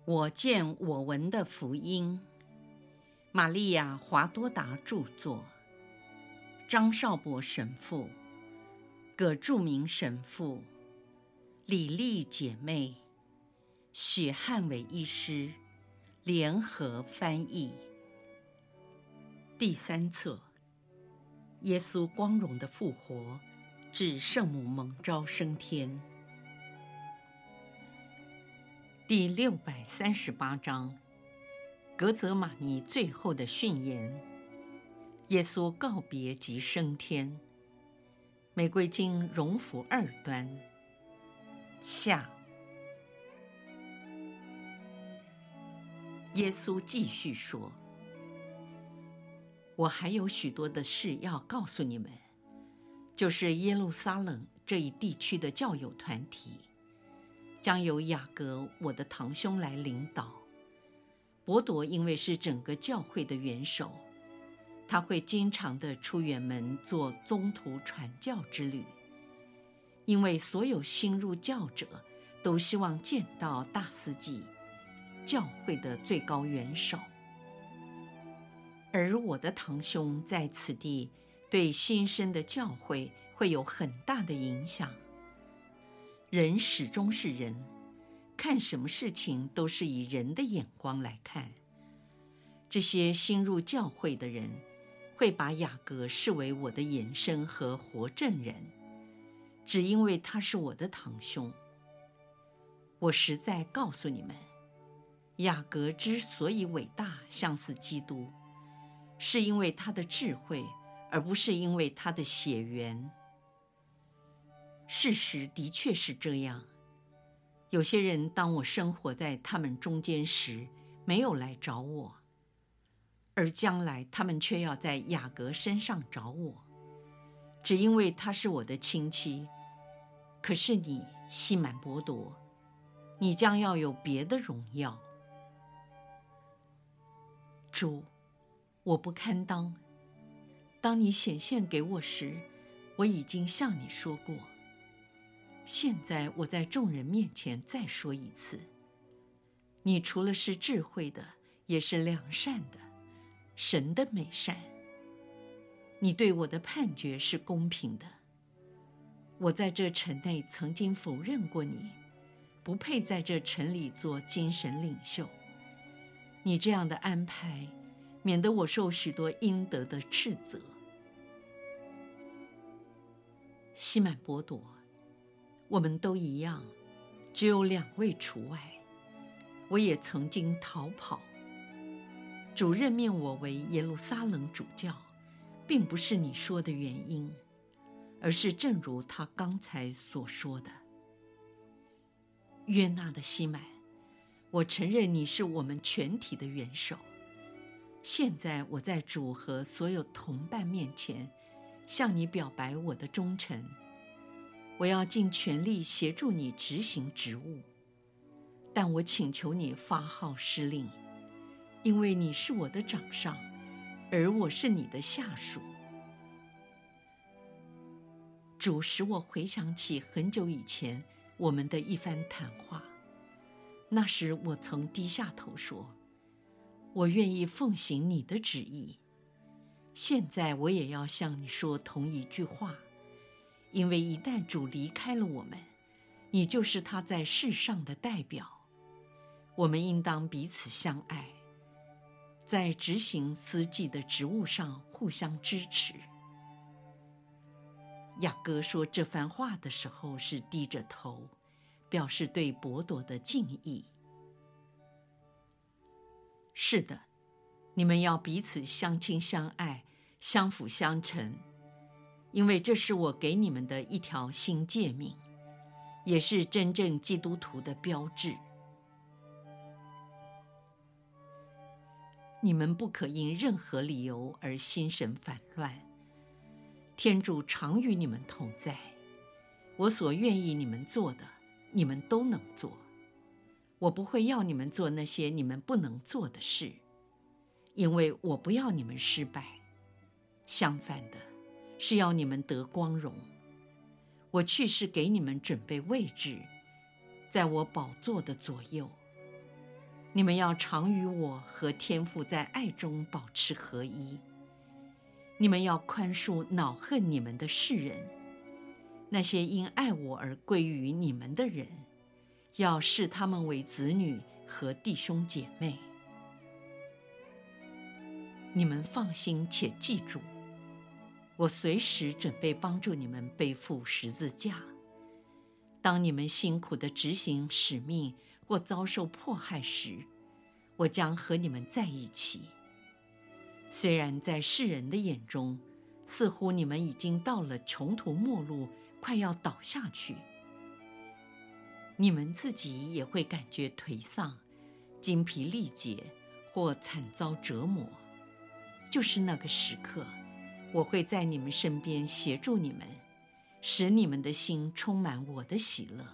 我见我闻的福音，玛利亚·华多达著作，张少博神父、葛著名神父、李丽姐妹、许汉伟医师联合翻译。第3册，耶稣光荣的复活至圣母蒙召升天。第638章，格泽马尼最后的训言，耶稣告别及升天。玫瑰经荣府2端下。耶稣继续说，我还有许多的事要告诉你们，就是耶路撒冷这一地区的教友团体将由雅各我的堂兄来领导。伯铎因为是整个教会的元首，他会经常地出远门做宗徒传教之旅，因为所有新入教者都希望见到大司祭，教会的最高元首。而我的堂兄在此地对新生的教会会有很大的影响。人始终是人，看什么事情都是以人的眼光来看。这些新入教会的人会把雅各视为我的延伸和活证人，只因为他是我的堂兄。我实在告诉你们，雅各之所以伟大，像似基督，是因为他的智慧，而不是因为他的血缘。事实的确是这样，有些人当我生活在他们中间时没有来找我，而将来他们却要在雅各身上找我，只因为他是我的亲戚。可是你，西满伯铎，你将要有别的荣耀。主，我不堪当，当你显现给我时，我已经向你说过。现在我在众人面前再说一次，你除了是智慧的，也是良善的，神的美善。你对我的判决是公平的。我在这城内曾经否认过你，不配在这城里做精神领袖。你这样的安排，免得我受许多应得的斥责。西满伯铎，我们都一样，只有2位除外。我也曾经逃跑。主任命我为耶路撒冷主教，并不是你说的原因，而是正如他刚才所说的。约纳的西满，我承认你是我们全体的元首。现在我在主和所有同伴面前向你表白我的忠诚，我要尽全力协助你执行职务，但我请求你发号施令，因为你是我的长上，而我是你的下属。主使我回想起很久以前我们的一番谈话，那时我曾低下头说，我愿意奉行你的旨意。现在我也要向你说同一句话，因为一旦主离开了我们，你就是他在世上的代表。我们应当彼此相爱，在执行司祭的职务上互相支持。雅各说这番话的时候是低着头，表示对伯铎的敬意。是的，你们要彼此相亲相爱，相辅相成，因为这是我给你们的一条新诫命，也是真正基督徒的标志。你们不可因任何理由而心神烦乱。天主常与你们同在，我所愿意你们做的，你们都能做。我不会要你们做那些你们不能做的事，因为我不要你们失败，相反的，是要你们得光荣。我去是给你们准备位置，在我宝座的左右。 你们要常与我和天父在爱中保持合一。你们要宽恕恼恨你们的世人，那些因爱我而归于你们的人，要视他们为子女和弟兄姐妹。你们放心且记住，我随时准备帮助你们背负十字架。当你们辛苦地执行使命或遭受迫害时，我将和你们在一起。虽然在世人的眼中，似乎你们已经到了穷途末路，快要倒下去，你们自己也会感觉颓丧、精疲力竭或惨遭折磨。就是那个时刻，我会在你们身边协助你们，使你们的心充满我的喜乐。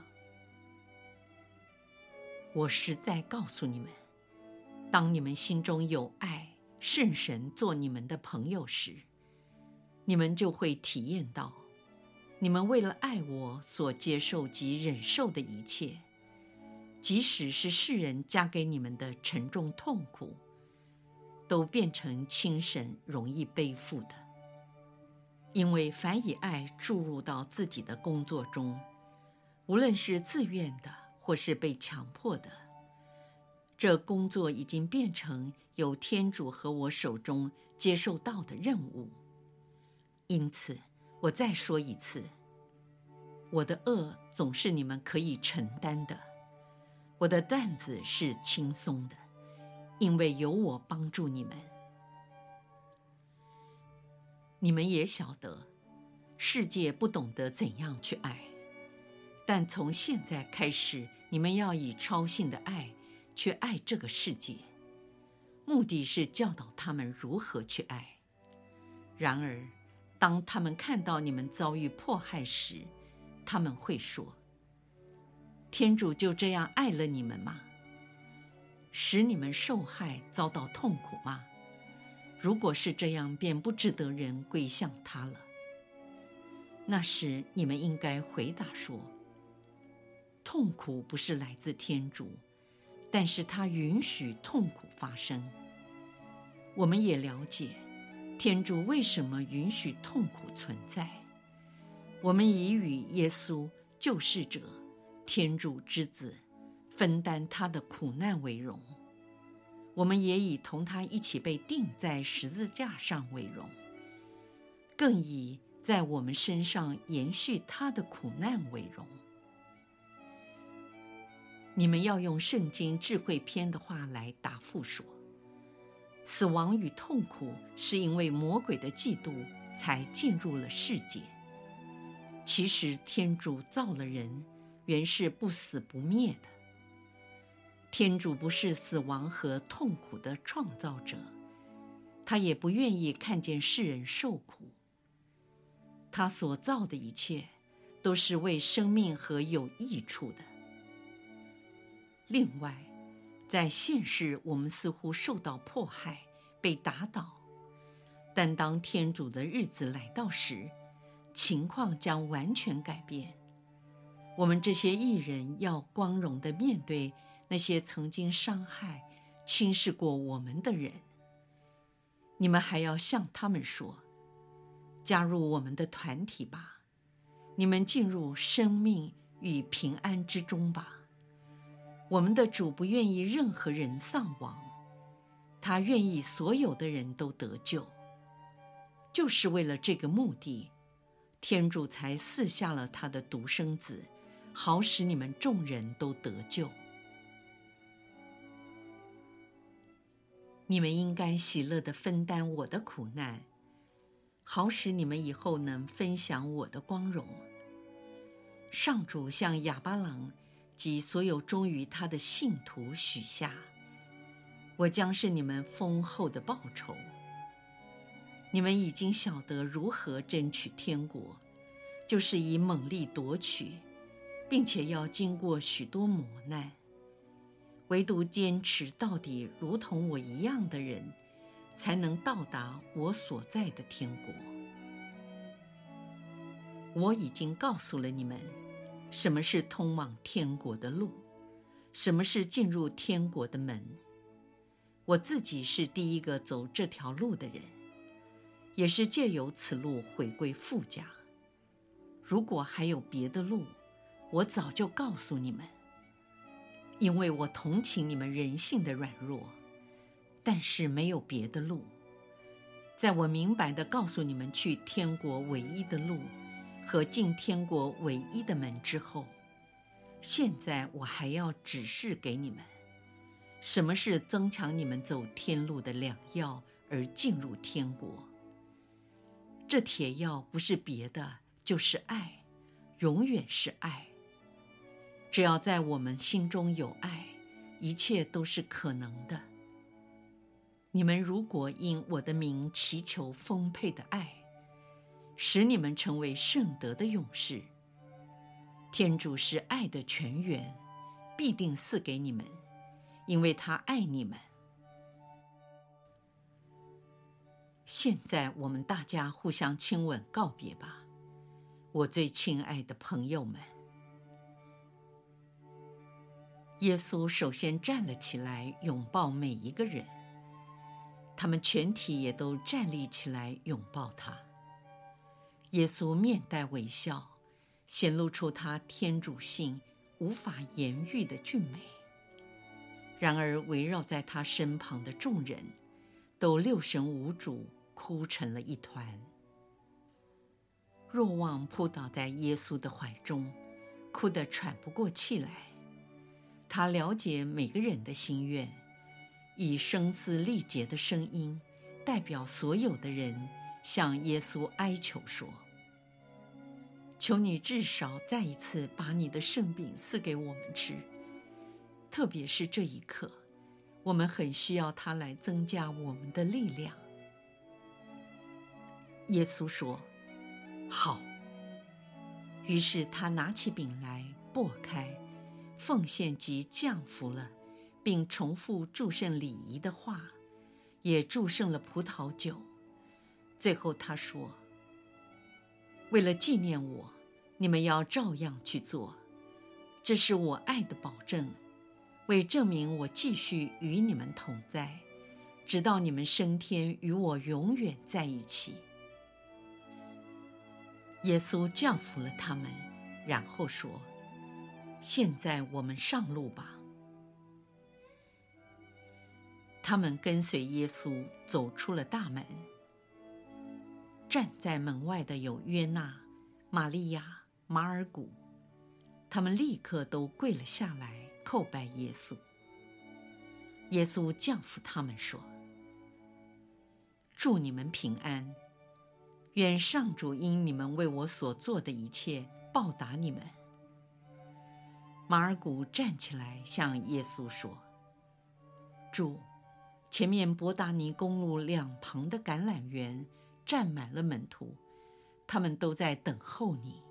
我实在告诉你们，当你们心中有爱，圣神做你们的朋友时，你们就会体验到，你们为了爱我所接受及忍受的一切，即使是世人加给你们的沉重痛苦，都变成轻省容易背负的。因为凡以爱注入到自己的工作中，无论是自愿的或是被强迫的，这工作已经变成由天主和我手中接受到的任务。因此，我再说一次，我的恶总是你们可以承担的，我的担子是轻松的，因为有我帮助你们。你们也晓得，世界不懂得怎样去爱，但从现在开始，你们要以超性的爱去爱这个世界，目的是教导他们如何去爱。然而，当他们看到你们遭遇迫害时，他们会说：天主就这样爱了你们吗？使你们受害遭到痛苦吗？如果是这样，便不值得人归向他了。那时你们应该回答说：痛苦不是来自天主，但是他允许痛苦发生。我们也了解天主为什么允许痛苦存在。我们已与耶稣救世者、天主之子分担他的苦难为荣，我们也以同他一起被钉在十字架上为荣，更以在我们身上延续他的苦难为荣。你们要用圣经智慧篇的话来答复说：死亡与痛苦是因为魔鬼的嫉妒才进入了世界。其实天主造了人，原是不死不灭的。天主不是死亡和痛苦的创造者，他也不愿意看见世人受苦。他所造的一切都是为生命和有益处的。另外，在现世我们似乎受到迫害，被打倒，但当天主的日子来到时，情况将完全改变。我们这些义人要光荣地面对那些曾经伤害、轻视过我们的人。你们还要向他们说：加入我们的团体吧，你们进入生命与平安之中吧。我们的主不愿意任何人丧亡，他愿意所有的人都得救。就是为了这个目的，天主才赐下了他的独生子，好使你们众人都得救。你们应该喜乐地分担我的苦难，好使你们以后能分享我的光荣。上主向亚巴郎及所有忠于他的信徒许下：我将是你们丰厚的报酬。你们已经晓得如何争取天国，就是以猛力夺取，并且要经过许多磨难。唯独坚持到底如同我一样的人，才能到达我所在的天国。我已经告诉了你们，什么是通往天国的路， 什么是进入天国的门。我自己是第一个走这条路的人，也是借由此路回归父家。如果还有别的路，我早就告诉你们，因为我同情你们人性的软弱，但是没有别的路。在我明白地告诉你们去天国唯一的路和进天国唯一的门之后，现在我还要指示给你们，什么是增强你们走天路的良药而进入天国。这铁药不是别的，就是爱，永远是爱。只要在我们心中有爱，一切都是可能的。你们如果因我的名祈求丰沛的爱，使你们成为圣德的勇士，天主是爱的泉源，必定赐给你们，因为他爱你们。现在我们大家互相亲吻告别吧，我最亲爱的朋友们。耶稣首先站了起来，拥抱每一个人，他们全体也都站立起来拥抱他。耶稣面带微笑，显露出他天主性无法言喻的俊美。然而围绕在他身旁的众人都六神无主，哭成了一团。若望扑倒在耶稣的怀中，哭得喘不过气来。他了解每个人的心愿，以声嘶力竭的声音代表所有的人向耶稣哀求说，求你至少再一次把你的圣饼赐给我们吃，特别是这一刻，我们很需要它来增加我们的力量。耶稣说，好。于是他拿起饼来，擘开，奉献及降服了，并重复祝圣礼仪的话，也祝圣了葡萄酒。最后他说，为了纪念我，你们要照样去做，这是我爱的保证，为证明我继续与你们同在，直到你们升天与我永远在一起。耶稣降服了他们，然后说，现在我们上路吧。他们跟随耶稣走出了大门。站在门外的有约纳、玛利亚、马尔谷，他们立刻都跪了下来，叩拜耶稣。耶稣降服他们说，祝你们平安，愿上主因你们为我所做的一切报答你们。马尔谷站起来向耶稣说，主，前面伯达尼公路两旁的橄榄园站满了门徒，他们都在等候你。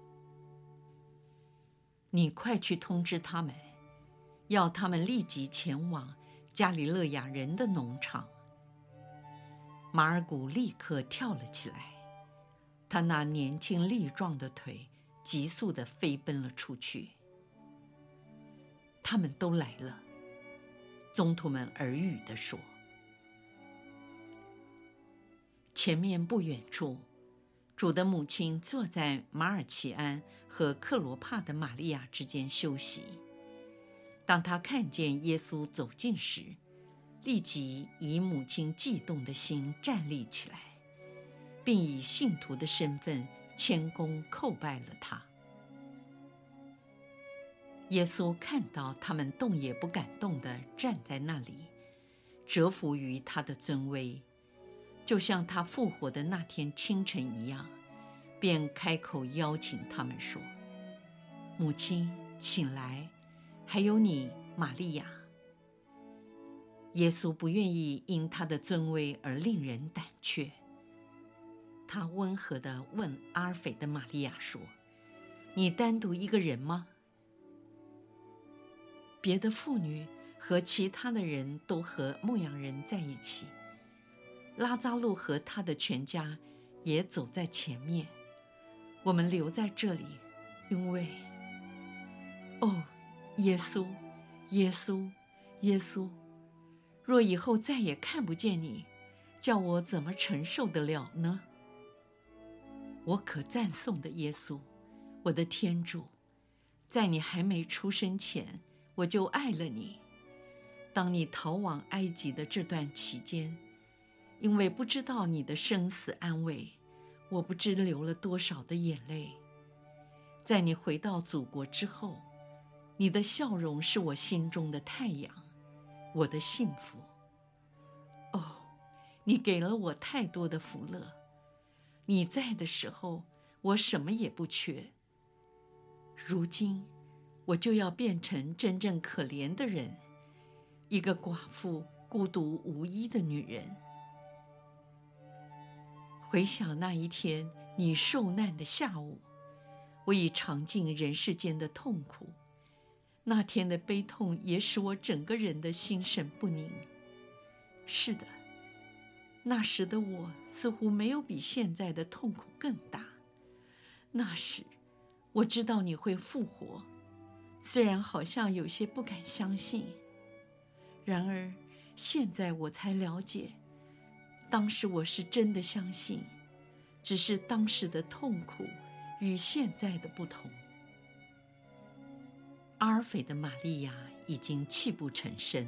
你快去通知他们，要他们立即前往加里勒亚人的农场。马尔谷立刻跳了起来，他那年轻力壮的腿急速地飞奔了出去。他们都来了，宗徒们耳语地说。前面不远处，主的母亲坐在马尔奇安和克罗帕的玛利亚之间休息。当她看见耶稣走近时，立即以母亲悸动的心站立起来，并以信徒的身份谦恭叩拜了他。耶稣看到他们动也不敢动地站在那里，折服于他的尊威，就像他复活的那天清晨一样，便开口邀请他们说，母亲，请来，还有你，玛利亚。耶稣不愿意因他的尊威而令人胆怯，他温和地问阿尔斐的玛利亚说，你单独一个人吗？别的妇女和其他的人都和牧羊人在一起，拉匝路和他的全家也走在前面，我们留在这里，因为耶稣， 耶稣，耶稣，若以后再也看不见你，叫我怎么承受得了呢？我可赞颂的耶稣，我的天主，在你还没出生前，我就爱了你。当你逃往埃及的这段期间，因为不知道你的生死安危，我不知流了多少的眼泪。在你回到祖国之后，你的笑容是我心中的太阳，我的幸福。哦，你给了我太多的福乐，你在的时候，我什么也不缺。如今，我就要变成真正可怜的人，一个寡妇，孤独无依的女人。回想那一天你受难的下午，我已尝尽人世间的痛苦。那天的悲痛也使我整个人的心神不宁。是的，那时的我似乎没有比现在的痛苦更大。那时，我知道你会复活，虽然好像有些不敢相信。然而，现在我才了解，当时我是真的相信，只是当时的痛苦与现在的不同。阿尔斐的玛利亚已经泣不成声。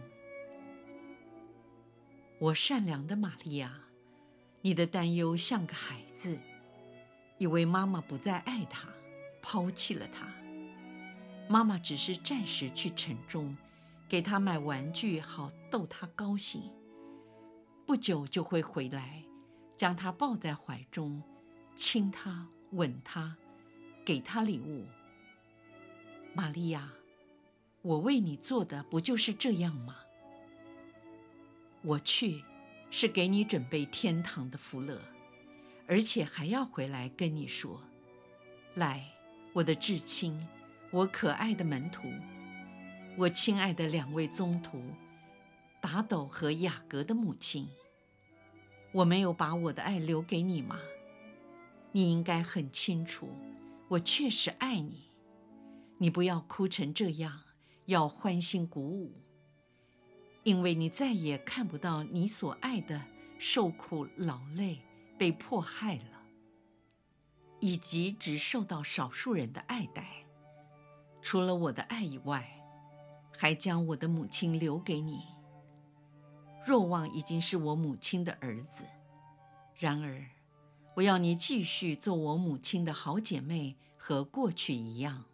我善良的玛利亚，你的担忧像个孩子，以为妈妈不再爱他，抛弃了他。妈妈只是暂时去城中，给他买玩具，好逗他高兴。不久就会回来，将他抱在怀中，亲他，吻他，给他礼物。玛利亚，我为你做的不就是这样吗？我去，是给你准备天堂的福乐，而且还要回来跟你说，来，我的至亲，我可爱的门徒，我亲爱的2位宗徒，达斗和雅各的母亲，我没有把我的爱留给你吗？你应该很清楚，我确实爱你。你不要哭成这样，要欢欣鼓舞，因为你再也看不到你所爱的受苦劳累，被迫害了，以及只受到少数人的爱戴。除了我的爱以外，还将我的母亲留给你。若望已经是我母亲的儿子，然而我要你继续做我母亲的好姐妹，和过去一样。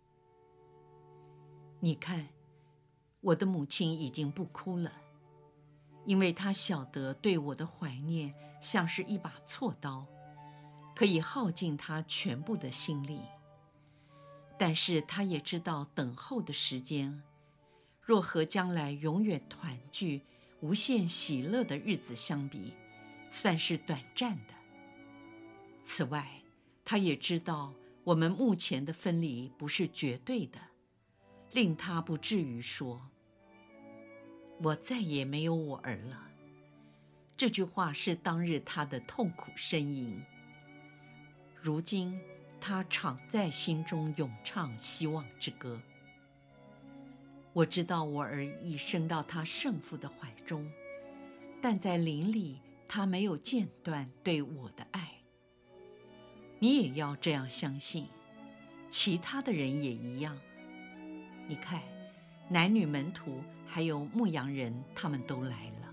你看，我的母亲已经不哭了，因为她晓得对我的怀念像是一把锉刀，可以耗尽她全部的心力。但是她也知道等候的时间，若和将来永远团聚、无限喜乐的日子相比，算是短暂的。此外，她也知道我们目前的分离不是绝对的，令她不至于说，我再也没有我儿了。这句话是当日她的痛苦呻吟。如今她常在心中咏唱希望之歌。我知道我儿已升到他圣父的怀中，但在灵里他没有间断对我的爱。你也要这样相信，其他的人也一样。你看，男女门徒还有牧羊人，他们都来了。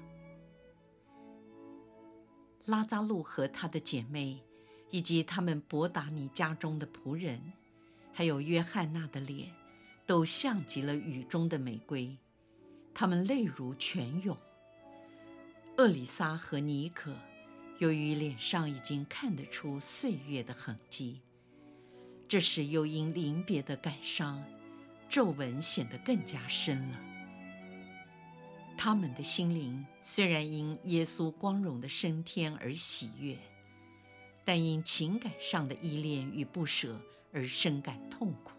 拉扎路和他的姐妹，以及他们伯达尼家中的仆人，还有约翰娜的脸，都像极了雨中的玫瑰，他们泪如泉涌。厄里撒和尼可，由于脸上已经看得出岁月的痕迹，这时又因临别的感伤，皱纹显得更加深了。他们的心灵虽然因耶稣光荣的升天而喜悦，但因情感上的依恋与不舍而深感痛苦。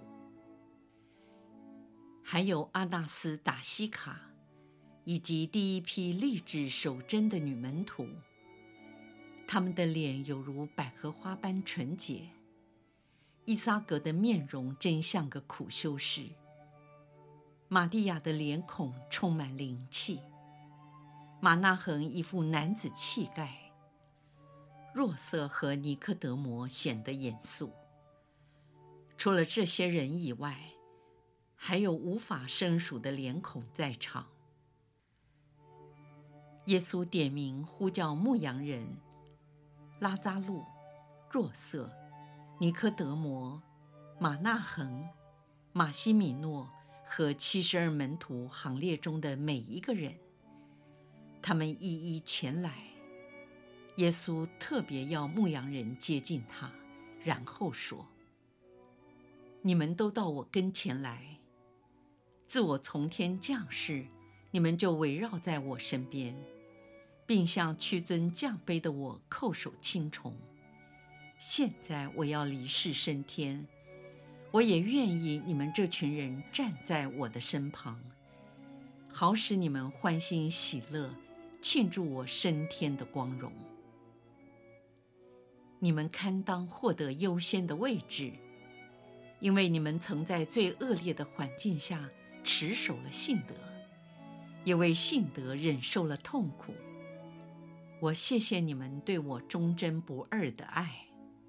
还有阿纳斯达西卡，以及第一批立志守贞的女门徒，他们的脸有如百合花般纯洁。伊撒格的面容真像个苦修士。 玛利亚的脸孔充满灵气，马纳恒一副男子气概，若瑟和尼科德摩显得严肃。除了这些人以外，还有无法胜数的脸孔在场。耶稣点名呼叫牧羊人拉匝路、若瑟、尼科德摩、马纳恒、马西米诺和72门徒行列中的每一个人，他们一一前来。耶稣特别要牧羊人接近他，然后说：你们都到我跟前来，自我从天降世，你们就围绕在我身边，并向屈尊降卑的我叩首倾从。现在我要离世升天，我也愿意你们这群人站在我的身旁，好使你们欢欣喜乐，庆祝我升天的光荣。你们堪当获得优先的位置，因为你们曾在最恶劣的环境下持守了信德，也为信德忍受了痛苦。我谢谢你们对我忠贞不二的爱。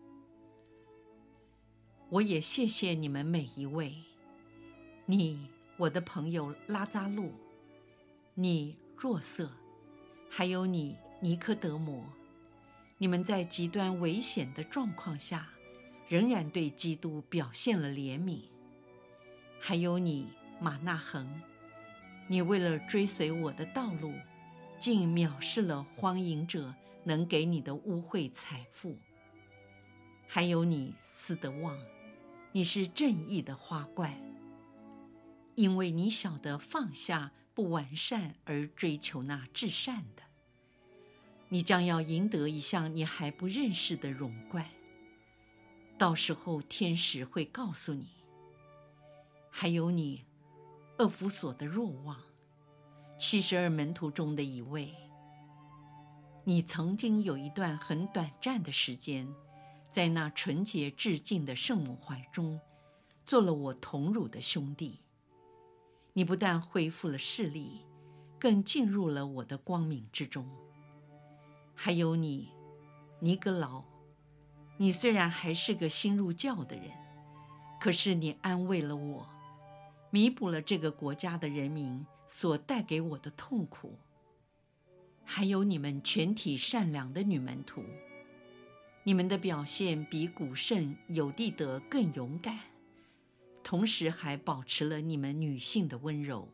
我也谢谢你们每一位，你，我的朋友拉匝路，你，若瑟，还有你，尼科德摩，你们在极端危险的状况下，仍然对基督表现了怜悯。还有你，马纳恒，你为了追随我的道路，竟藐视了荒淫者能给你的污秽财富。还有你，斯德旺，你是正义的花冠，因为你晓得放下不完善而追求那至善的，你将要赢得一项你还不认识的荣冠，到时候天使会告诉你。还有你，厄弗所的若望，72门徒中的一位，你曾经有一段很短暂的时间，在那纯洁至敬的圣母怀中，做了我同乳的兄弟。你不但恢复了视力，更进入了我的光明之中。还有你，尼格劳，你虽然还是个新入教的人，可是你安慰了我，弥补了这个国家的人民所带给我的痛苦。还有你们全体善良的女门徒，你们的表现比古圣有地德更勇敢，同时还保持了你们女性的温柔。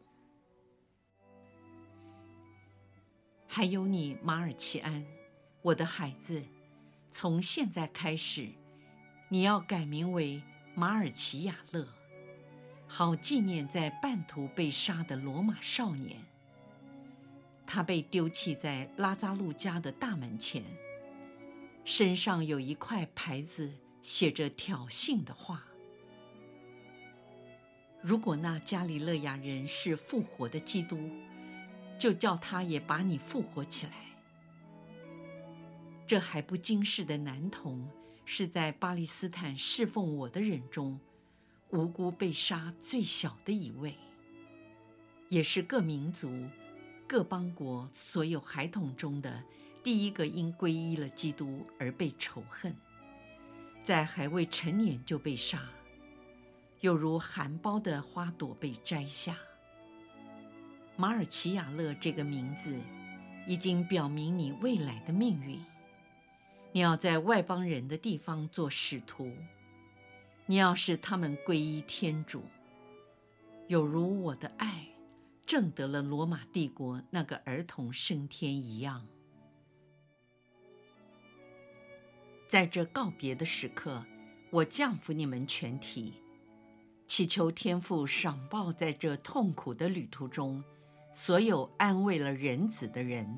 还有你，马尔奇安，我的孩子，从现在开始，你要改名为马尔奇亚勒，好纪念在半途被杀的罗马少年。他被丢弃在拉匝路家的大门前，身上有一块牌子，写着挑衅的话。如果那加里肋亚人是复活的基督，就叫他也把你复活起来。这还不经事的男童，是在巴勒斯坦侍奉我的人中，无辜被杀最小的一位，也是各民族、各邦国所有孩童中的第一个因皈依了基督而被仇恨，在还未成年就被杀，有如含苞的花朵被摘下。马尔奇亚勒这个名字已经表明你未来的命运。你要在外邦人的地方做使徒，你要使他们皈依天主，有如我的爱正得了罗马帝国那个儿童升天一样。在这告别的时刻，我降服你们全体，祈求天父赏报在这痛苦的旅途中所有安慰了人子的人。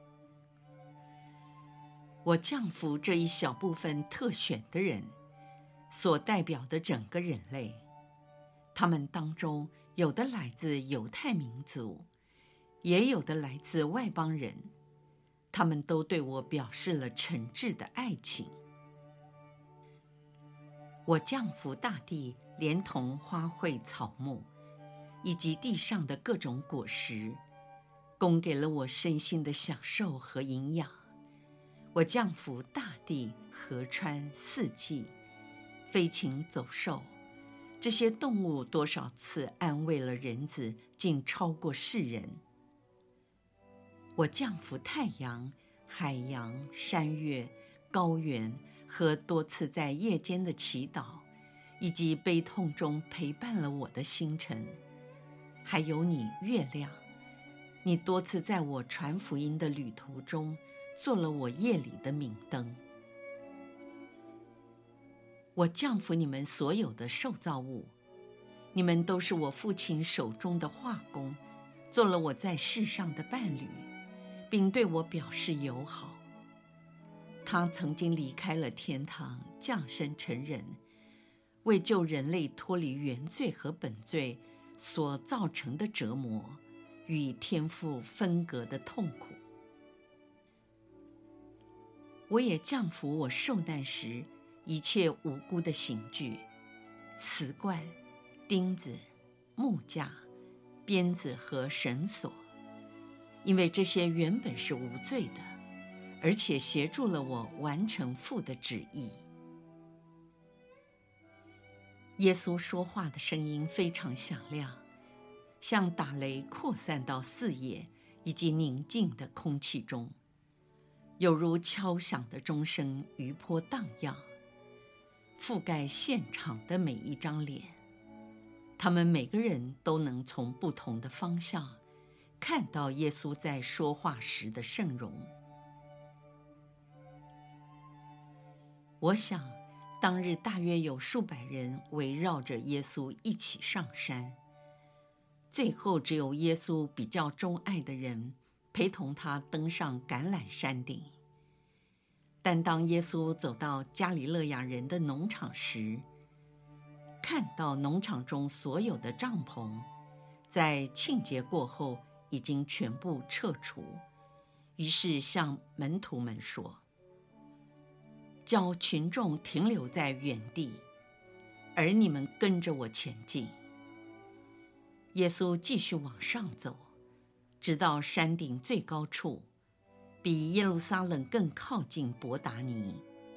我降服这一小部分特选的人，所代表的整个人类。他们当中有的来自犹太民族，也有的来自外邦人，他们都对我表示了诚挚的爱情。我降服大地，连同花卉草木， 以及地上的各种果实，供给了我身心的享受和营养。我降服大地、河川、四季、飞禽走兽，这些动物多少次安慰了人子，竟超过世人。我降服太阳、海洋、山岳、高原和多次在夜间的祈祷，以及悲痛中陪伴了我的星辰。还有你，月亮，你多次在我传福音的旅途中做了我夜里的明灯。我降服你们所有的受造物，你们都是我父亲手中的画工，做了我在世上的伴侣，并对我表示友好。他曾经离开了天堂，降生成人，为救人类脱离原罪和本罪所造成的折磨与天父分隔的痛苦。我也降服我受难时一切无辜的刑具，瓷罐、钉子、木架、鞭子和绳索，因为这些原本是无罪的，而且协助了我完成父的旨意。耶稣说话的声音非常响亮，像打雷扩散到四野以及宁静的空气中，有如敲响的钟声余波荡漾，覆盖现场的每一张脸。他们每个人都能从不同的方向看到耶稣在说话时的圣容。我想当日大约有数百人围绕着耶稣一起上山，最后只有耶稣比较钟爱的人陪同他登上橄榄山顶。但当耶稣走到加里肋亚人的农场时，看到农场中所有的帐篷在庆节过后已经全部撤除，于是向门徒们说，叫群众停留在原地，而你们跟着我前进。耶稣继续往上走，直到山顶最高处，比耶路撒冷更靠近伯达尼。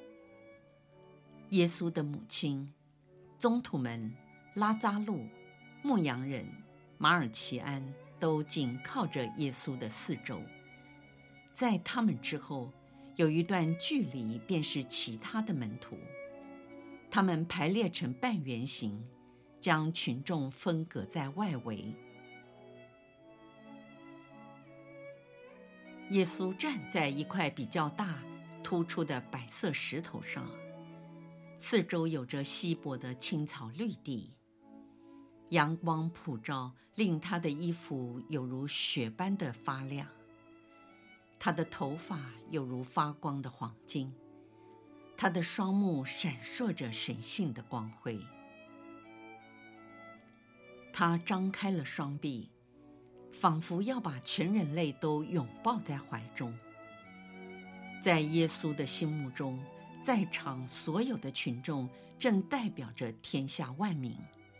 耶稣的母亲、宗徒们、拉匝路、牧羊人、马尔奇安都紧靠着耶稣的四周。在他们之后有一段距离，便是其他的门徒，他们排列成半圆形，将群众分隔在外围。耶稣站在一块比较大、突出的白色石头上，四周有着稀薄的青草绿地，阳光普照，令他的衣服有如雪般的发亮，他的头发有如发光的黄金，他的双目闪烁着神性的光辉。他张开了双臂，仿佛要把全人类都拥抱在怀中。在耶稣的心目中，在场所有的群众正代表着天下万民。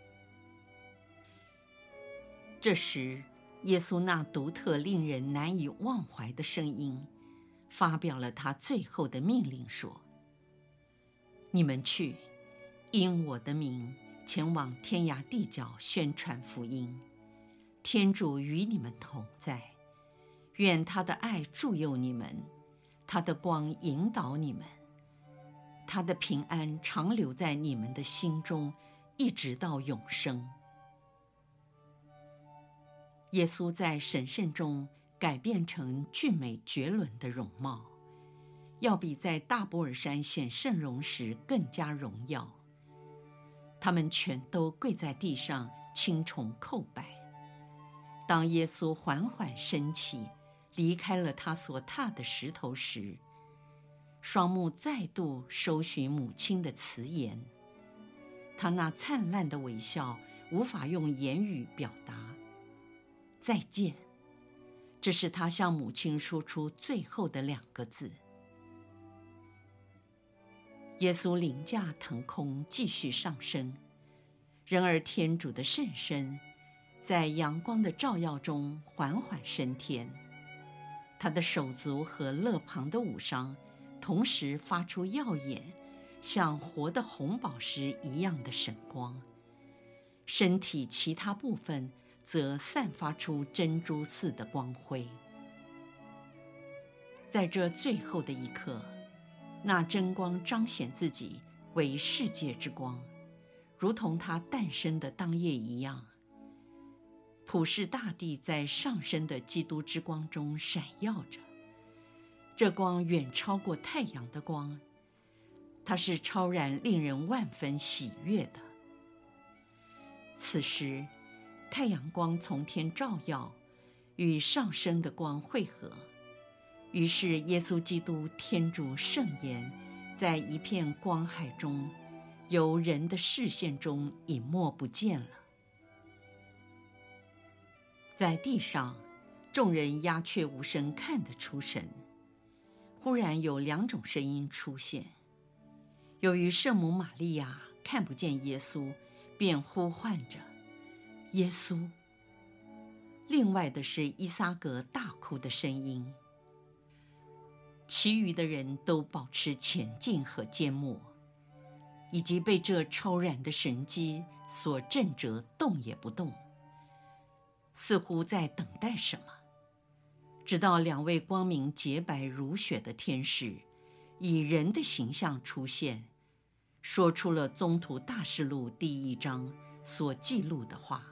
这时，耶稣那独特令人难以忘怀的声音发表了他最后的命令，说，你们去，因我的名前往天涯地角宣传福音。天主与你们同在，愿他的爱助佑你们，他的光引导你们，他的平安长留在你们的心中，一直到永生。耶稣在神圣中改变成俊美绝伦的容貌，要比在大波尔山显圣容时更加荣耀。他们全都跪在地上青崇叩拜。当耶稣缓缓升起，离开了他所踏的石头时，双目再度收寻母亲的慈颜，他那灿烂的微笑无法用言语表达。再见，这是他向母亲说出最后的2个字。耶稣凌驾腾空，继续上升。然而天主的圣身在阳光的照耀中缓缓升天。他的手足和肋旁的五伤同时发出耀眼，像活的红宝石一样的闪光，身体其他部分则散发出珍珠似的光辉。在这最后的一刻，那真光彰显自己为世界之光，如同他诞生的当夜一样。普世大地在上升的基督之光中闪耀着，这光远超过太阳的光，它是超然令人万分喜悦的。此时，太阳光从天照耀，与上升的光汇合，于是耶稣基督天主圣言在一片光海中，由人的视线中隐没不见了。在地上，众人鸦雀无声看得出神。忽然有两种声音出现，由于圣母玛利亚看不见耶稣，便呼唤着耶稣。另外的是依撒格大哭的声音。其余的人都保持前进和缄默，以及被这超然的神迹所震折，动也不动，似乎在等待什么。直到两位光明洁白如雪的天使以人的形象出现，说出了宗徒大事录第1章所记录的话。